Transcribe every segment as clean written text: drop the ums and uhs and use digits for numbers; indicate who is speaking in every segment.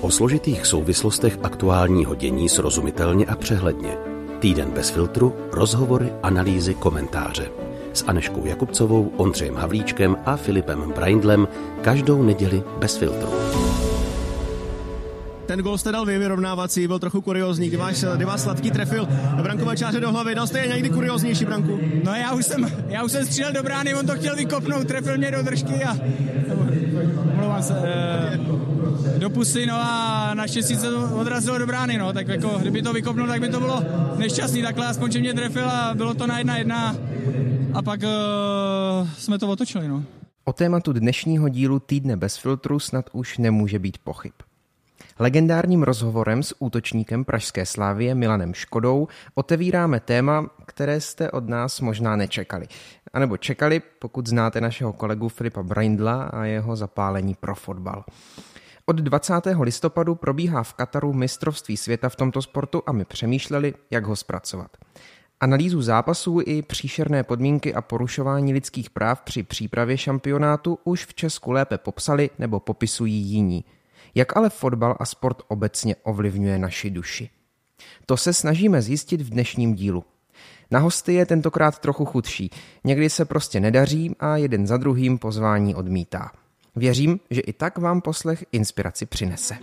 Speaker 1: O složitých souvislostech aktuálního dění srozumitelně a přehledně. Týden bez filtru, rozhovory, analýzy, komentáře. S Anežkou Jakubcovou, Ondřejem Havlíčkem a Filipem Braindlem každou neděli bez filtru.
Speaker 2: Ten gól jste dal vy, vyrovnávací, byl trochu kuriózní, kdy vás Sladký trefil brankové čáře do hlavy. Dal jste je někdy kurióznější branku?
Speaker 3: No já už jsem střílel do brány, on to chtěl vykopnout, trefil mě do držky a omlouvám se, do pusy, no a naštěstí se to odrazilo do brány, no, tak jako kdyby to vykopnul, tak by to bylo nešťastný, takhle aspoň, že mě trefil a bylo to na 1-1 a pak jsme to otočili, no.
Speaker 4: O tématu dnešního dílu Týdne bez filtru snad už nemůže být pochyb. Legendárním rozhovorem s útočníkem pražské Slavie Milanem Škodou otevíráme téma, které jste od nás možná nečekali. A nebo čekali, pokud znáte našeho kolegu Filipa Braindla a jeho zapálení pro fotbal. Od 20. listopadu probíhá v Kataru mistrovství světa v tomto sportu a my přemýšleli, jak ho zpracovat. Analýzu zápasů i příšerné podmínky a porušování lidských práv při přípravě šampionátu už v Česku lépe popsali nebo popisují jiní. Jak ale fotbal a sport obecně ovlivňuje naši duši? To se snažíme zjistit v dnešním dílu. Na hosty je tentokrát trochu chudší. Někdy se prostě nedaří a jeden za druhým pozvání odmítá. Věřím, že i tak vám poslech inspiraci přinese.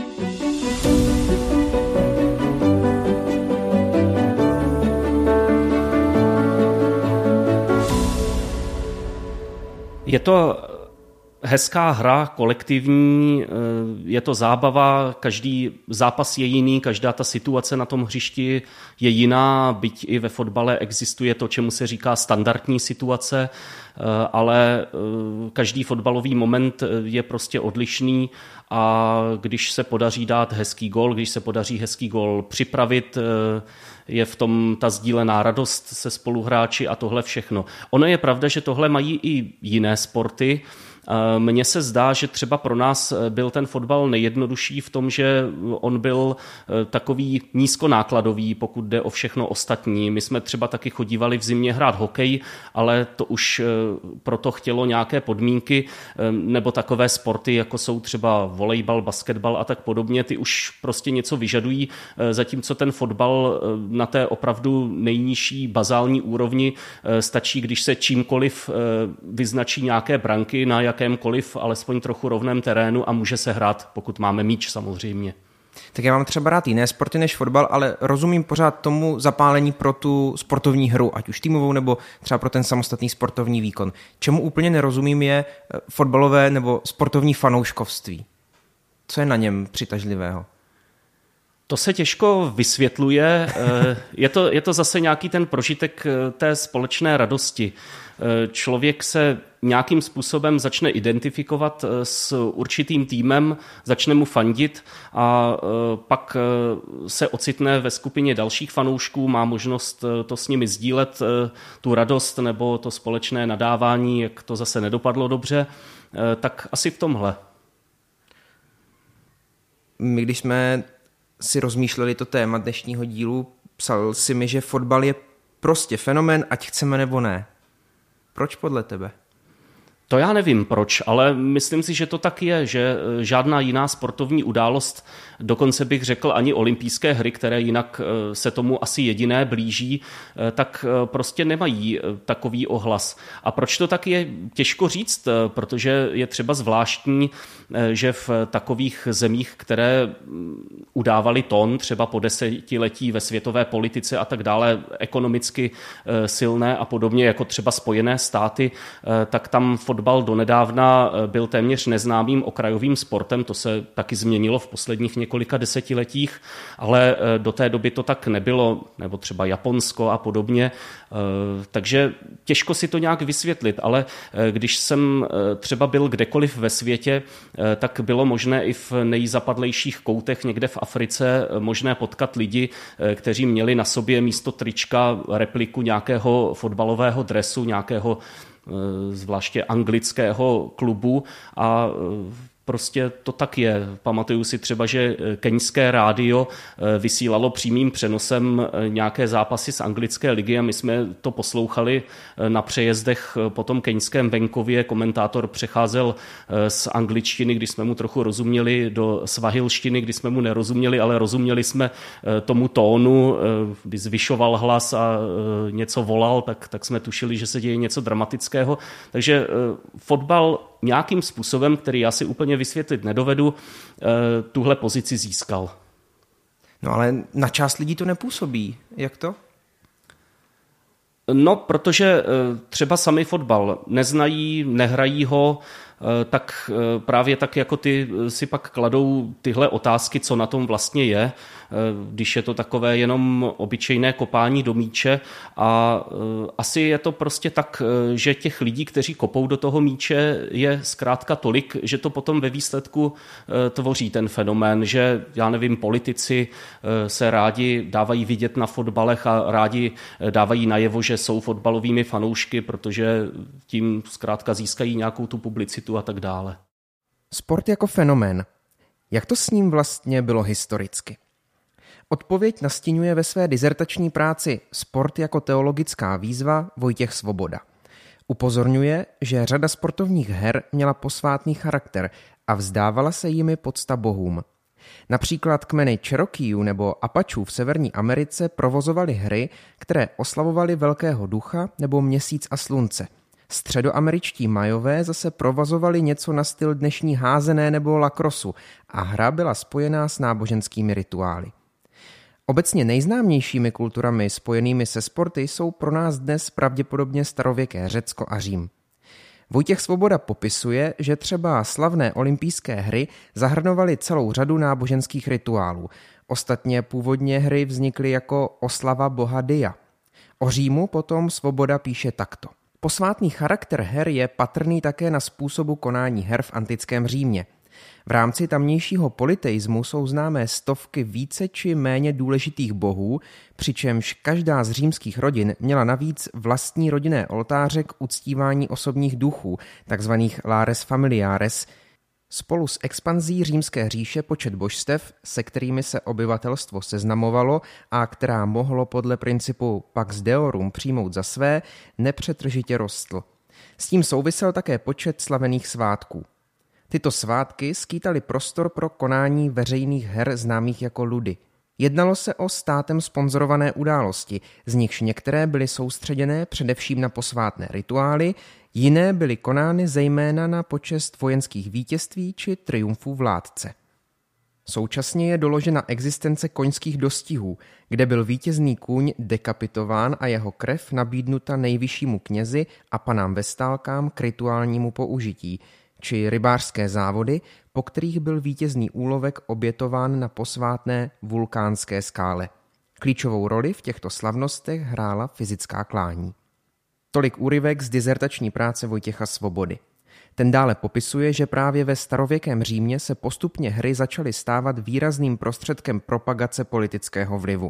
Speaker 5: Je to hezká hra, kolektivní, je to zábava, každý zápas je jiný, každá ta situace na tom hřišti je jiná, byť i ve fotbale existuje to, čemu se říká standardní situace, ale každý fotbalový moment je prostě odlišný a když se podaří dát hezký gól, když se podaří hezký gól připravit, je v tom ta sdílená radost se spoluhráči a tohle všechno. Ono je pravda, že tohle mají i jiné sporty. Mně se zdá, že třeba pro nás byl ten fotbal nejjednodušší v tom, že on byl takový nízkonákladový, pokud jde o všechno ostatní. My jsme třeba taky chodívali v zimě hrát hokej, ale to už proto chtělo nějaké podmínky, nebo takové sporty, jako jsou třeba volejbal, basketbal a tak podobně, ty už prostě něco vyžadují, zatímco ten fotbal na té opravdu nejnižší bazální úrovni stačí, když se čímkoliv vyznačí nějaké branky na jakémkoliv, alespoň trochu rovném terénu a může se hrát, pokud máme míč samozřejmě.
Speaker 4: Tak já mám třeba rád jiné sporty než fotbal, ale rozumím pořád tomu zapálení pro tu sportovní hru, ať už týmovou nebo třeba pro ten samostatný sportovní výkon. Čemu úplně nerozumím je fotbalové nebo sportovní fanouškovství. Co je na něm přitažlivého?
Speaker 5: To se těžko vysvětluje. Je to zase nějaký ten prožitek té společné radosti. Člověk se nějakým způsobem začne identifikovat s určitým týmem, začne mu fandit a pak se ocitne ve skupině dalších fanoušků, má možnost to s nimi sdílet, tu radost nebo to společné nadávání, jak to zase nedopadlo dobře, tak asi v tomhle.
Speaker 4: My když jsme si rozmýšleli to téma dnešního dílu, psal si mi, že fotbal je prostě fenomén, ať chceme nebo ne. Proč podle tebe?
Speaker 5: To já nevím proč, ale myslím si, že to tak je, že žádná jiná sportovní událost, dokonce bych řekl ani olympijské hry, které jinak se tomu asi jediné blíží, tak prostě nemají takový ohlas. A proč to tak je, těžko říct, protože je třeba zvláštní, že v takových zemích, které udávaly tón třeba po desetiletí ve světové politice a tak dále, ekonomicky silné a podobně, jako třeba Spojené státy, tak tam fotbal donedávna byl téměř neznámým okrajovým sportem, to se taky změnilo v posledních několika desetiletích, ale do té doby to tak nebylo, nebo třeba Japonsko a podobně, takže těžko si to nějak vysvětlit, ale když jsem třeba byl kdekoliv ve světě, tak bylo možné i v nejzapadlejších koutech někde v Africe možné potkat lidi, kteří měli na sobě místo trička repliku nějakého fotbalového dresu, nějakého zvláště anglického klubu a prostě to tak je. Pamatuju si třeba, že keňské rádio vysílalo přímým přenosem nějaké zápasy z anglické ligy a my jsme to poslouchali na přejezdech po tom keňském venkově. Komentátor přecházel z angličtiny, když jsme mu trochu rozuměli, do svahilštiny, kdy jsme mu nerozuměli, ale rozuměli jsme tomu tónu, kdy zvyšoval hlas a něco volal, tak jsme tušili, že se děje něco dramatického. Takže fotbal nějakým způsobem, který já si úplně vysvětlit nedovedu, tuhle pozici získal.
Speaker 4: No ale na část lidí to nepůsobí. Jak to?
Speaker 5: No, protože třeba sami fotbal neznají, nehrají ho, tak právě tak jako ty si pak kladou tyhle otázky, co na tom vlastně je, když je to takové jenom obyčejné kopání do míče a asi je to prostě tak, že těch lidí, kteří kopou do toho míče, je zkrátka tolik, že to potom ve výsledku tvoří ten fenomén, že já nevím, politici se rádi dávají vidět na fotbalech a rádi dávají najevo, že jsou fotbalovými fanoušky, protože tím zkrátka získají nějakou tu publicitu a tak dále.
Speaker 4: Sport jako fenomén. Jak to s ním vlastně bylo historicky? Odpověď nastiňuje ve své dizertační práci Sport jako teologická výzva Vojtěch Svoboda. Upozorňuje, že řada sportovních her měla posvátný charakter a vzdávala se jimi pocta bohům. Například kmeny Cherokeeů nebo Apachů v Severní Americe provozovaly hry, které oslavovaly Velkého ducha nebo Měsíc a slunce. Středoameričtí Majové zase provozovali něco na styl dnešní házené nebo lakrosu a hra byla spojená s náboženskými rituály. Obecně nejznámějšími kulturami spojenými se sporty jsou pro nás dnes pravděpodobně starověké Řecko a Řím. Vojtěch Svoboda popisuje, že třeba slavné olympijské hry zahrnovaly celou řadu náboženských rituálů. Ostatně původně hry vznikly jako oslava boha Dia. O Římu potom Svoboda píše takto. Posvátný charakter her je patrný také na způsobu konání her v antickém Římě. V rámci tamnějšího politeismu jsou známé stovky více či méně důležitých bohů, přičemž každá z římských rodin měla navíc vlastní rodinné oltáře k uctívání osobních duchů, takzvaných lares familiares. Spolu s expanzí římské říše počet božstev, se kterými se obyvatelstvo seznamovalo a která mohlo podle principu pax deorum přijmout za své, nepřetržitě rostl. S tím souvisel také počet slavených svátků. Tyto svátky skýtaly prostor pro konání veřejných her známých jako ludy. Jednalo se o státem sponzorované události, z nichž některé byly soustředěné především na posvátné rituály, jiné byly konány zejména na počest vojenských vítězství či triumfů vládce. Současně je doložena existence koňských dostihů, kde byl vítězný kůň dekapitován a jeho krev nabídnuta nejvyššímu knězi a panám vestálkám k rituálnímu použití, či rybářské závody, po kterých byl vítězný úlovek obětován na posvátné vulkánské skále. Klíčovou roli v těchto slavnostech hrála fyzická klání. Tolik úryvek z dizertační práce Vojtěcha Svobody. Ten dále popisuje, že právě ve starověkém Římě se postupně hry začaly stávat výrazným prostředkem propagace politického vlivu.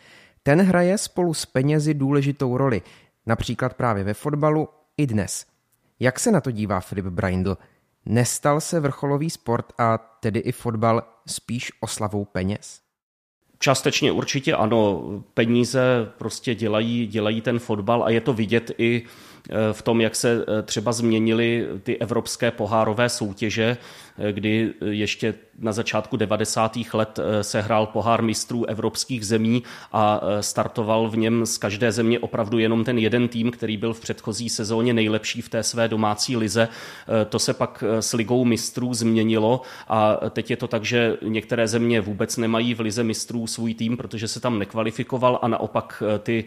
Speaker 4: Ten hraje spolu s penězi důležitou roli, například právě ve fotbalu i dnes. Jak se na to dívá Filip Braindl? Nestal se vrcholový sport a tedy i fotbal spíš oslavou peněz?
Speaker 5: Částečně určitě ano, peníze prostě dělají ten fotbal a je to vidět i v tom, jak se třeba změnily ty evropské pohárové soutěže, kdy ještě na začátku 90. let se hrál pohár mistrů evropských zemí a startoval v něm z každé země opravdu jenom ten jeden tým, který byl v předchozí sezóně nejlepší v té své domácí lize. To se pak s ligou mistrů změnilo a teď je to tak, že některé země vůbec nemají v lize mistrů svůj tým, protože se tam nekvalifikoval a naopak ty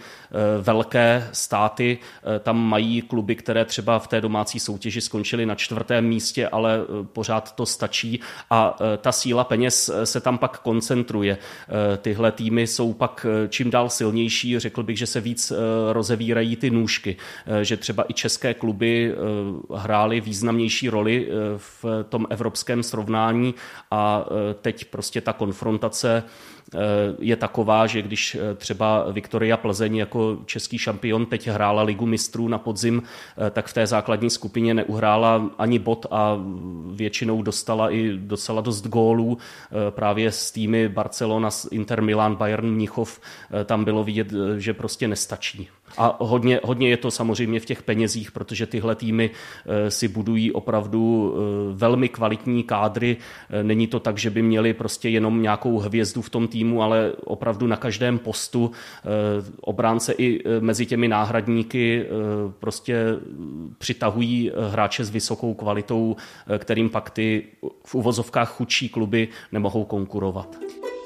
Speaker 5: velké státy tam mají kluby, které třeba v té domácí soutěži skončily na 4. místě, ale pořád to stačí a ta síla peněz se tam pak koncentruje. Tyhle týmy jsou pak čím dál silnější, řekl bych, že se víc rozevírají ty nůžky, že třeba i české kluby hrály významnější roli v tom evropském srovnání a teď prostě ta konfrontace je taková, že když třeba Viktoria Plzeň jako český šampion teď hrála ligu mistrů na podzim, tak v té základní skupině neuhrála ani bod a většinou dostala i docela dost gólů. Právě s týmy Barcelona, Inter Milan, Bayern Mnichov, tam bylo vidět, že prostě nestačí. A hodně je to samozřejmě v těch penězích, protože tyhle týmy si budují opravdu velmi kvalitní kádry. Není to tak, že by měli prostě jenom nějakou hvězdu v tom týmu, ale opravdu na každém postu obránce i mezi těmi náhradníky prostě přitahují hráče s vysokou kvalitou, kterým pak ty v uvozovkách chudší kluby nemohou konkurovat.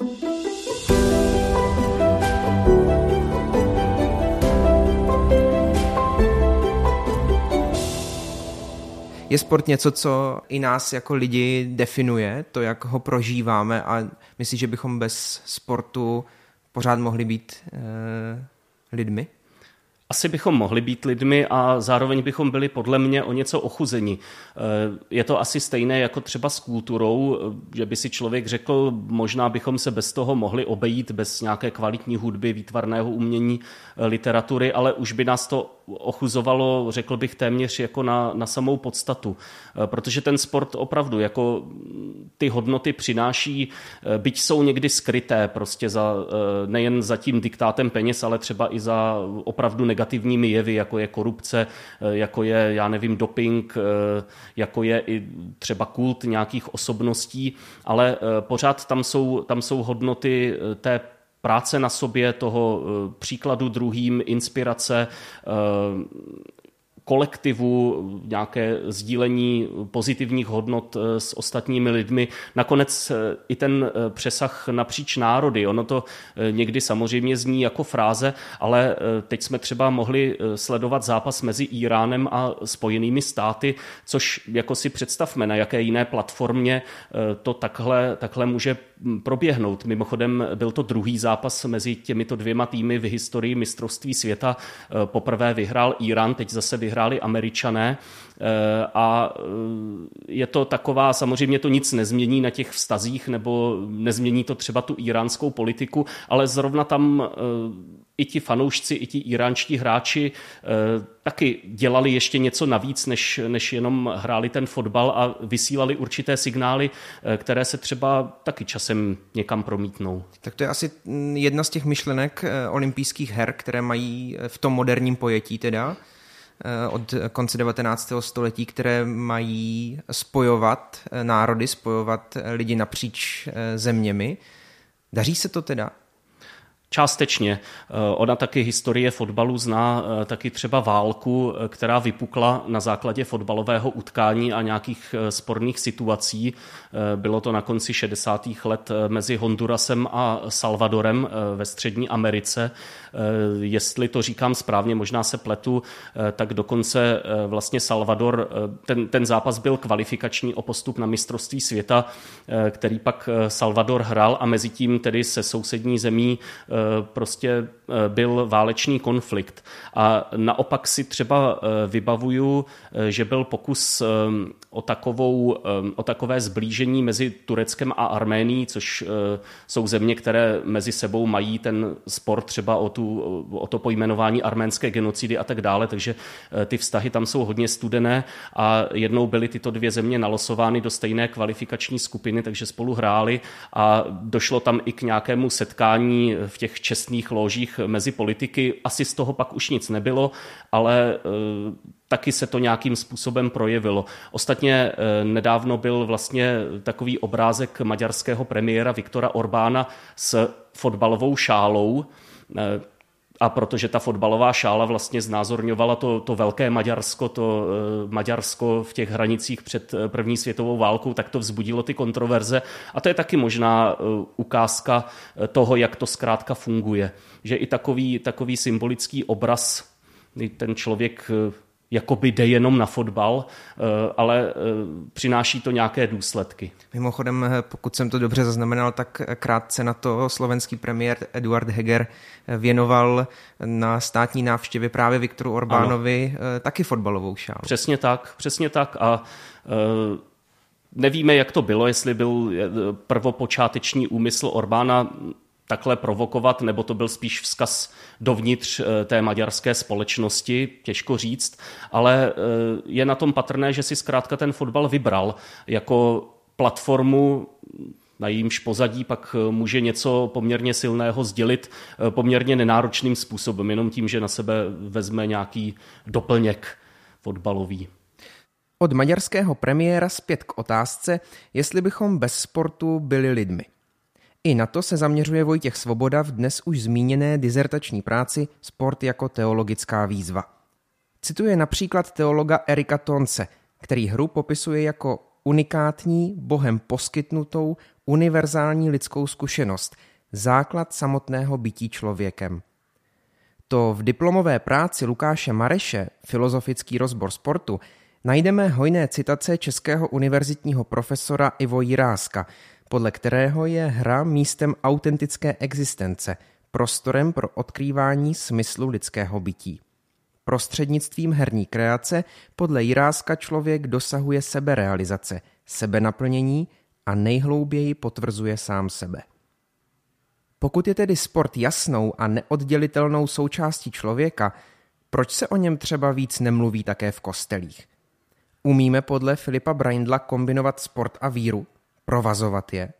Speaker 4: Je sport něco, co i nás jako lidi definuje, to, jak ho prožíváme, a myslíš, že bychom bez sportu pořád mohli být lidmi?
Speaker 5: Asi bychom mohli být lidmi a zároveň bychom byli podle mě o něco ochuzeni. Je to asi stejné jako třeba s kulturou, že by si člověk řekl, možná bychom se bez toho mohli obejít, bez nějaké kvalitní hudby, výtvarného umění, literatury, ale už by nás to ochuzovalo, řekl bych, téměř jako na samou podstatu. Protože ten sport opravdu jako ty hodnoty přináší, byť jsou někdy skryté prostě nejen za tím diktátem peněz, ale třeba i za opravdu negativními jevy, jako je korupce, jako je, já nevím, doping, jako je i třeba kult nějakých osobností, ale pořád tam jsou hodnoty té práce na sobě, toho příkladu druhým, inspirace, kolektivu, nějaké sdílení pozitivních hodnot s ostatními lidmi. Nakonec i ten přesah napříč národy. Ono to někdy samozřejmě zní jako fráze, ale teď jsme třeba mohli sledovat zápas mezi Íránem a Spojenými státy, což jako si představme, na jaké jiné platformě to takhle může proběhnout. Mimochodem byl to druhý zápas mezi těmito dvěma týmy v historii mistrovství světa. Poprvé vyhrál Írán, teď zase vyhráli Američané a je to taková, samozřejmě to nic nezmění na těch vztazích nebo nezmění to třeba tu íránskou politiku, ale zrovna tam i ti fanoušci, i ti íránští hráči taky dělali ještě něco navíc, než jenom hráli ten fotbal a vysílali určité signály, které se třeba taky časem někam promítnou.
Speaker 4: Tak to je asi jedna z těch myšlenek olympijských her, které mají v tom moderním pojetí teda od konce 19. století, které mají spojovat národy, spojovat lidi napříč zeměmi. Daří se to teda?
Speaker 5: Částečně. Ona taky historie fotbalu zná taky třeba válku, která vypukla na základě fotbalového utkání a nějakých sporných situací. Bylo to na konci 60. let mezi Hondurasem a Salvadorem ve Střední Americe. Jestli to říkám správně, možná se pletu, tak dokonce vlastně Salvador, ten zápas byl kvalifikační o postup na mistrovství světa, který pak Salvador hrál a mezi tím tedy se sousední zemí prostě byl válečný konflikt. A naopak si třeba vybavuju, že byl pokus o takové zblížení mezi Tureckem a Arménií, což jsou země, které mezi sebou mají ten spor třeba o to pojmenování arménské genocidy a tak dále, takže ty vztahy tam jsou hodně studené a jednou byly tyto dvě země nalosovány do stejné kvalifikační skupiny, takže spolu hráli a došlo tam i k nějakému setkání v těch čestných lóžích mezi politiky. Asi z toho pak už nic nebylo, ale taky se to nějakým způsobem projevilo. Ostatně nedávno byl vlastně takový obrázek maďarského premiéra Viktora Orbána s fotbalovou šálou, a protože ta fotbalová šála vlastně znázorňovala to velké Maďarsko, to Maďarsko v těch hranicích před první světovou válkou, tak to vzbudilo ty kontroverze. A to je taky možná ukázka toho, jak to zkrátka funguje. Že i takový symbolický obraz, ten člověk jakoby jde jenom na fotbal, ale přináší to nějaké důsledky.
Speaker 4: Mimochodem, pokud jsem to dobře zaznamenal, tak krátce na to slovenský premiér Eduard Heger věnoval na státní návštěvě právě Viktoru Orbánovi taky fotbalovou šálu.
Speaker 5: Přesně tak a nevíme, jak to bylo, jestli byl prvopočáteční úmysl Orbána takhle provokovat, nebo to byl spíš vzkaz dovnitř té maďarské společnosti, těžko říct, ale je na tom patrné, že si zkrátka ten fotbal vybral jako platformu, na jejímž pozadí pak může něco poměrně silného sdělit poměrně nenáročným způsobem, jenom tím, že na sebe vezme nějaký doplněk fotbalový.
Speaker 4: Od maďarského premiéra zpět k otázce, jestli bychom bez sportu byli lidmi. I na to se zaměřuje Vojtěch Svoboda v dnes už zmíněné dizertační práci Sport jako teologická výzva. Cituje například teologa Erika Tonce, který hru popisuje jako unikátní, Bohem poskytnutou, univerzální lidskou zkušenost, základ samotného bytí člověkem. To v diplomové práci Lukáše Mareše, Filozofický rozbor sportu, najdeme hojné citace českého univerzitního profesora Ivo Jiráska, podle kterého je hra místem autentické existence, prostorem pro odkrývání smyslu lidského bytí. Prostřednictvím herní kreace podle Jiráska člověk dosahuje seberealizace, sebenaplnění a nejhlouběji potvrzuje sám sebe. Pokud je tedy sport jasnou a neoddělitelnou součástí člověka, proč se o něm třeba víc nemluví také v kostelích? Umíme podle Filipa Braindla kombinovat sport a víru? Provazovat je?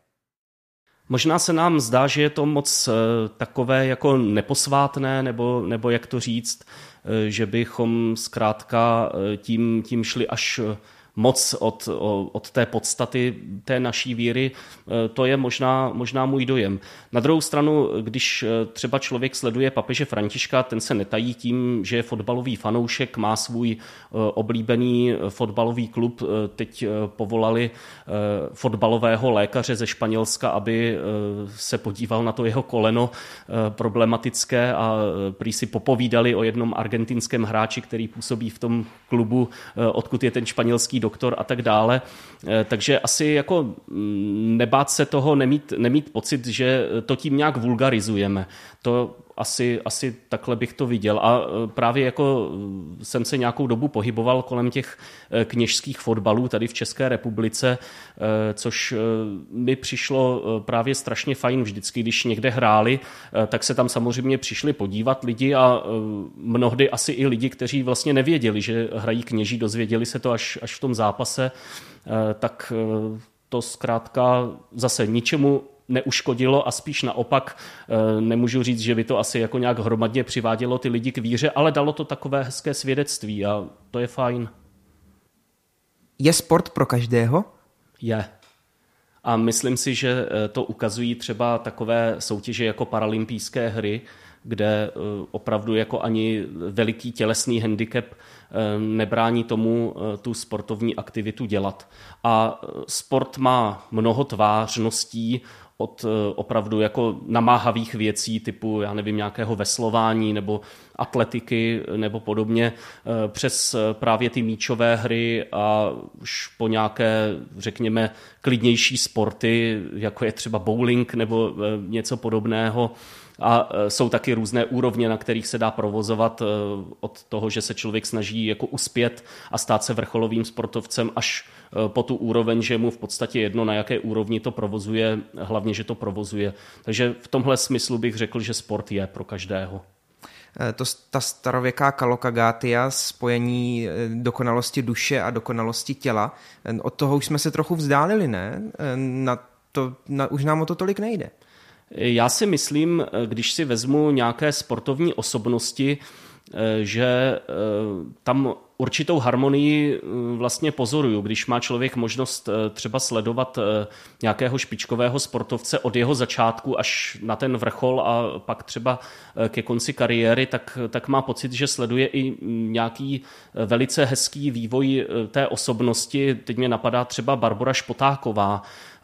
Speaker 5: Možná se nám zdá, že je to moc takové jako neposvátné, nebo jak to říct, že bychom zkrátka tím šli až moc od té podstaty té naší víry, to je možná můj dojem. Na druhou stranu, když třeba člověk sleduje papeže Františka, ten se netají tím, že je fotbalový fanoušek, má svůj oblíbený fotbalový klub, teď povolali fotbalového lékaře ze Španělska, aby se podíval na to jeho koleno problematické a prý si popovídali o jednom argentinském hráči, který působí v tom klubu, odkud je ten španělský doktor a tak dále. Takže asi jako nebát se toho, nemít pocit, že to tím nějak vulgarizujeme. To asi takhle bych to viděl. A právě jako jsem se nějakou dobu pohyboval kolem těch kněžských fotbalů tady v České republice, což mi přišlo právě strašně fajn vždycky, když někde hráli, tak se tam samozřejmě přišli podívat lidi a mnohdy asi i lidi, kteří vlastně nevěděli, že hrají kněží, dozvěděli se to až v tom zápase, tak to zkrátka zase ničemu neuškodilo a spíš naopak nemůžu říct, že by to asi jako nějak hromadně přivádělo ty lidi k víře, ale dalo to takové hezké svědectví a to je fajn.
Speaker 4: Je sport pro každého?
Speaker 5: Je. A myslím si, že to ukazují třeba takové soutěže jako paralympijské hry, kde opravdu jako ani veliký tělesný handicap nebrání tomu tu sportovní aktivitu dělat. A sport má mnoho tvářností, od opravdu jako namáhavých věcí typu, já nevím, nějakého veslování nebo atletiky nebo podobně, přes právě ty míčové hry a už po nějaké, řekněme, klidnější sporty, jako je třeba bowling nebo něco podobného. A jsou taky různé úrovně, na kterých se dá provozovat od toho, že se člověk snaží jako uspět a stát se vrcholovým sportovcem až po tu úroveň, že mu v podstatě jedno, na jaké úrovni to provozuje, hlavně, že to provozuje. Takže v tomhle smyslu bych řekl, že sport je pro každého.
Speaker 4: Ta starověká kalokagátia, spojení dokonalosti duše a dokonalosti těla, od toho už jsme se trochu vzdálili, ne? Už nám o to tolik nejde.
Speaker 5: Já si myslím, když si vezmu nějaké sportovní osobnosti, že tam určitou harmonii vlastně pozoruju, když má člověk možnost třeba sledovat nějakého špičkového sportovce od jeho začátku až na ten vrchol a pak třeba ke konci kariéry, tak má pocit, že sleduje i nějaký velice hezký vývoj té osobnosti. Teď mě napadá třeba Barbora Špotáková,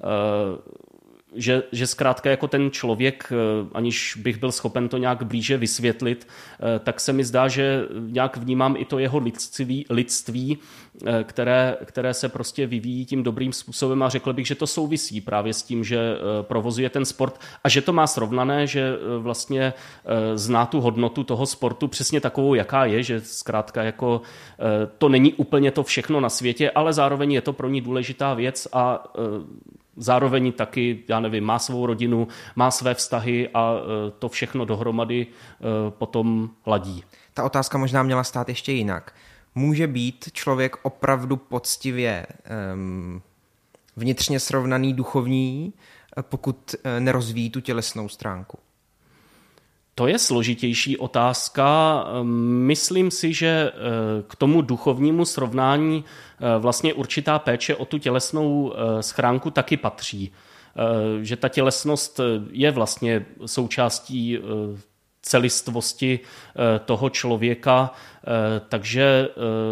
Speaker 5: že zkrátka jako ten člověk, aniž bych byl schopen to nějak blíže vysvětlit, tak se mi zdá, že nějak vnímám i to jeho lidství, které se prostě vyvíjí tím dobrým způsobem a řekl bych, že to souvisí právě s tím, že provozuje ten sport a že to má srovnané, že vlastně zná tu hodnotu toho sportu přesně takovou, jaká je, že zkrátka jako to není úplně to všechno na světě, ale zároveň je to pro ní důležitá věc a zároveň taky, já nevím, má svou rodinu, má své vztahy a to všechno dohromady potom ladí.
Speaker 4: Ta otázka možná měla stát ještě jinak. Může být člověk opravdu poctivě vnitřně srovnaný duchovní, pokud nerozvíjí tu tělesnou stránku?
Speaker 5: To je složitější otázka. Myslím si, že k tomu duchovnímu srovnání vlastně určitá péče o tu tělesnou schránku taky patří. Že ta tělesnost je vlastně součástí celistvosti toho člověka, takže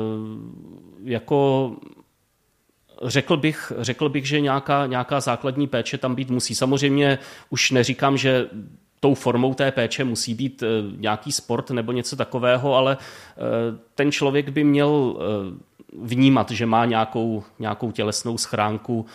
Speaker 5: jako řekl bych, že nějaká základní péče tam být musí. Samozřejmě už neříkám, že tou formou té péče musí být nějaký sport nebo něco takového, ale ten člověk by měl vnímat, že má nějakou tělesnou schránku,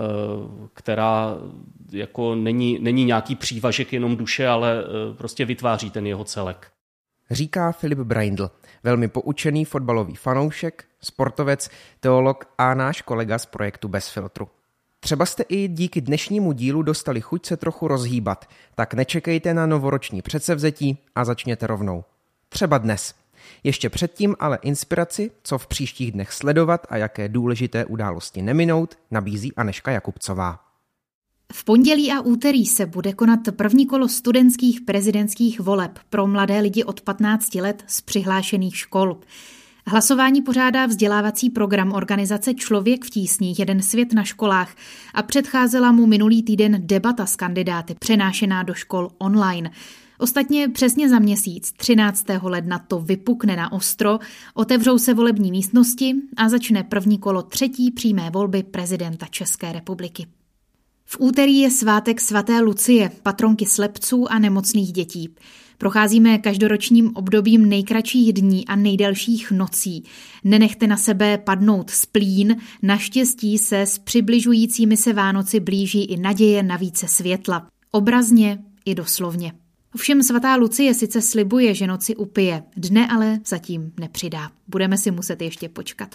Speaker 5: která jako není nějaký přívažek jenom duše, ale prostě vytváří ten jeho celek.
Speaker 4: Říká Filip Braindl, velmi poučený fotbalový fanoušek, sportovec, teolog a náš kolega z projektu Bez filtru. Třeba jste i díky dnešnímu dílu dostali chuť se trochu rozhýbat, tak nečekejte na novoroční předsevzetí a začněte rovnou. Třeba dnes. Ještě předtím ale inspiraci, co v příštích dnech sledovat a jaké důležité události neminout, nabízí Anežka Jakubcová.
Speaker 6: V pondělí a úterý se bude konat první kolo studentských prezidentských voleb pro mladé lidi od 15 let z přihlášených škol. Hlasování pořádá vzdělávací program organizace Člověk v tísni, jeden svět na školách a předcházela mu minulý týden debata s kandidáty přenášená do škol online. Ostatně přesně za měsíc, 13. ledna, to vypukne na ostro, otevřou se volební místnosti a začne první kolo třetí přímé volby prezidenta České republiky. V úterý je svátek svaté Lucie, patronky slepců a nemocných dětí. Procházíme každoročním obdobím nejkratších dní a nejdelších nocí. Nenechte na sebe padnout splín, naštěstí se s přibližujícími se Vánoci blíží i naděje na více světla. Obrazně i doslovně. Ovšem svatá Lucie sice slibuje, že noci upije, dne ale zatím nepřidá. Budeme si muset ještě počkat.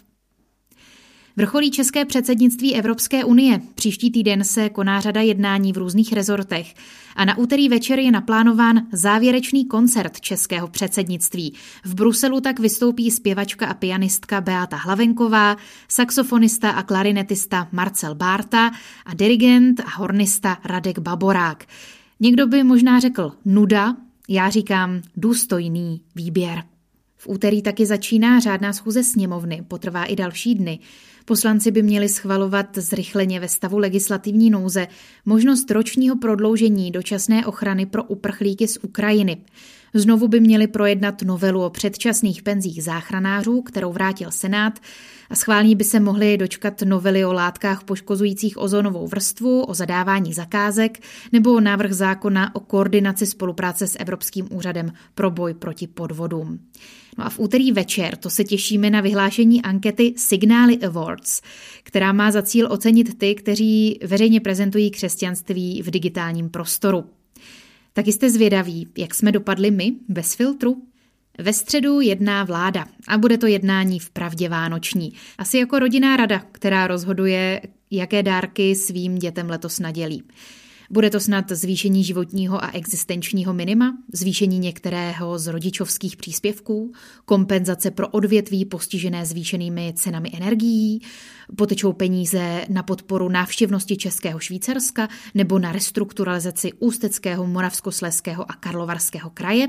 Speaker 6: Vrcholí české předsednictví Evropské unie. Příští týden se koná řada jednání v různých rezortech a na úterý večer je naplánován závěrečný koncert českého předsednictví. V Bruselu tak vystoupí zpěvačka a pianistka Beata Hlavenková, saxofonista a klarinetista Marcel Bárta a dirigent a hornista Radek Baborák. Někdo by možná řekl nuda, já říkám důstojný výběr. V úterý taky začíná řádná schůze sněmovny, potrvá i další dny. Poslanci by měli schvalovat zrychleně ve stavu legislativní nouze možnost ročního prodloužení dočasné ochrany pro uprchlíky z Ukrajiny. Znovu by měli projednat novelu o předčasných penzích záchranářů, kterou vrátil Senát, a schválení by se mohly dočkat novely o látkách poškozujících ozonovou vrstvu, o zadávání zakázek nebo návrh zákona o koordinaci spolupráce s Evropským úřadem pro boj proti podvodům. No a v úterý večer to se těšíme na vyhlášení ankety Signály Awards, která má za cíl ocenit ty, kteří veřejně prezentují křesťanství v digitálním prostoru. Taky jste zvědaví, jak jsme dopadli my bez filtru? Ve středu jedná vláda a bude to jednání vpravdě vánoční. Asi jako rodinná rada, která rozhoduje, jaké dárky svým dětem letos nadělí. Bude to snad zvýšení životního a existenčního minima, zvýšení některého z rodičovských příspěvků, kompenzace pro odvětví postižené zvýšenými cenami energií, potečou peníze na podporu návštěvnosti Českého Švýcarska nebo na restrukturalizaci Ústeckého, Moravskoslezského a Karlovarského kraje.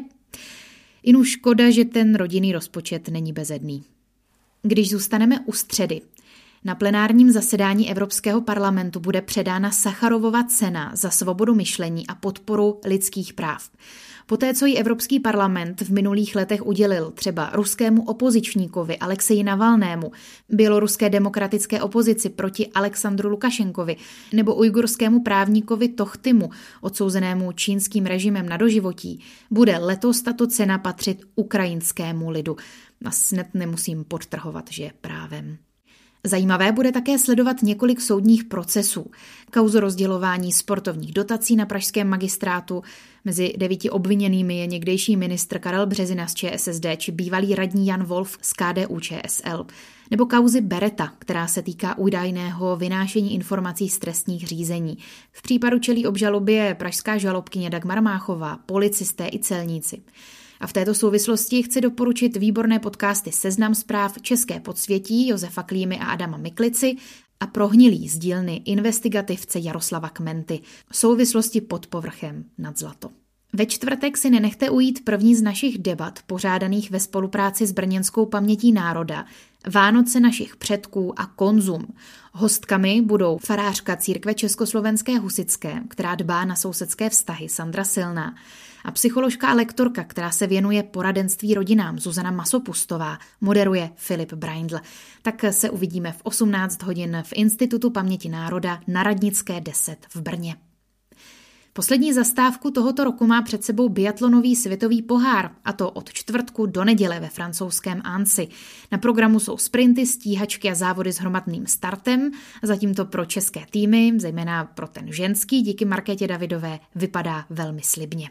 Speaker 6: Inu škoda, že ten rodinný rozpočet není bezedný. Když zůstaneme u středy, na plenárním zasedání Evropského parlamentu bude předána Sacharovova cena za svobodu myšlení a podporu lidských práv. Poté, co ji Evropský parlament v minulých letech udělil třeba ruskému opozičníkovi Alexeji Navalnému, běloruské demokratické opozici proti Alexandru Lukašenkovi nebo ujgurskému právníkovi Tochtimu, odsouzenému čínským režimem na doživotí, bude letos tato cena patřit ukrajinskému lidu. A snad nemusím podtrhovat, že právem. Zajímavé bude také sledovat několik soudních procesů. Kauzu rozdělování sportovních dotací na pražském magistrátu. Mezi 9 obviněnými je někdejší ministr Karel Březina z ČSSD či bývalý radní Jan Wolf z KDU-ČSL. Nebo kauzy Beretta, která se týká údajného vynášení informací z trestních řízení. V případu čelí obžalobě pražská žalobkyně Dagmar Máchová, policisté i celníci. A v této souvislosti chci doporučit výborné podcasty Seznam zpráv, České podsvětí Josefa Klímy a Adama Miklici a Prohnilý z dílny investigativce Jaroslava Kmenty. Souvislosti pod povrchem nad zlato. Ve čtvrtek si nenechte ujít první z našich debat, pořádaných ve spolupráci s Brněnskou pamětí národa, Vánoce našich předků a konzum. Hostkami budou farářka církve Československé husitské, která dbá na sousedské vztahy, Sandra Silná, a psycholožka a lektorka, která se věnuje poradenství rodinám, Zuzana Masopustová, moderuje Filip Braindl. Tak se uvidíme v 18 hodin v Institutu paměti národa na Radnické 10 v Brně. Poslední zastávku tohoto roku má před sebou biatlonový světový pohár, a to od čtvrtku do neděle ve francouzském Annecy. Na programu jsou sprinty, stíhačky a závody s hromadným startem, zatím to pro české týmy, zejména pro ten ženský, díky Markétě Davidové, vypadá velmi slibně.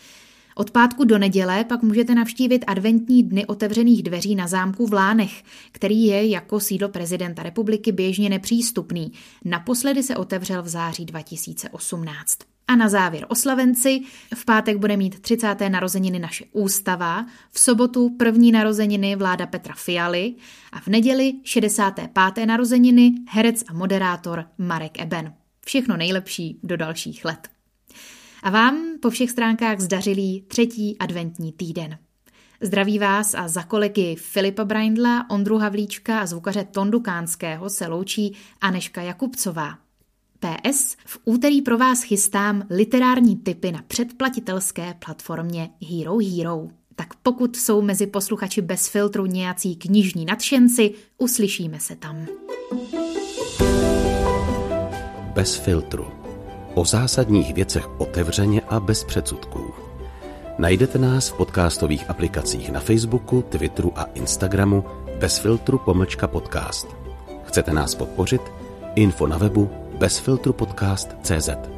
Speaker 6: Od pátku do neděle pak můžete navštívit adventní dny otevřených dveří na zámku v Lánech, který je jako sídlo prezidenta republiky běžně nepřístupný. Naposledy se otevřel v září 2018. A na závěr oslavenci. V pátek bude mít 30. narozeniny naše ústava, v sobotu první narozeniny vláda Petra Fialy a v neděli 65. narozeniny herec a moderátor Marek Eben. Všechno nejlepší do dalších let. A vám po všech stránkách zdařilý 3. adventní týden. Zdraví vás a za kolegy Filipa Braindla, Ondru Havlíčka a zvukaře Tondu Kánského se loučí Anežka Jakubcová. PS. V úterý pro vás chystám literární tipy na předplatitelské platformě Hero Hero. Tak pokud jsou mezi posluchači Bez filtru nějací knižní nadšenci, uslyšíme se tam.
Speaker 1: Bez filtru. O zásadních věcech otevřeně a bez předsudků. Najdete nás v podcastových aplikacích na Facebooku, Twitteru a Instagramu Bez filtru _podcast. Chcete nás podpořit? Info na webu bezfiltrupodcast.cz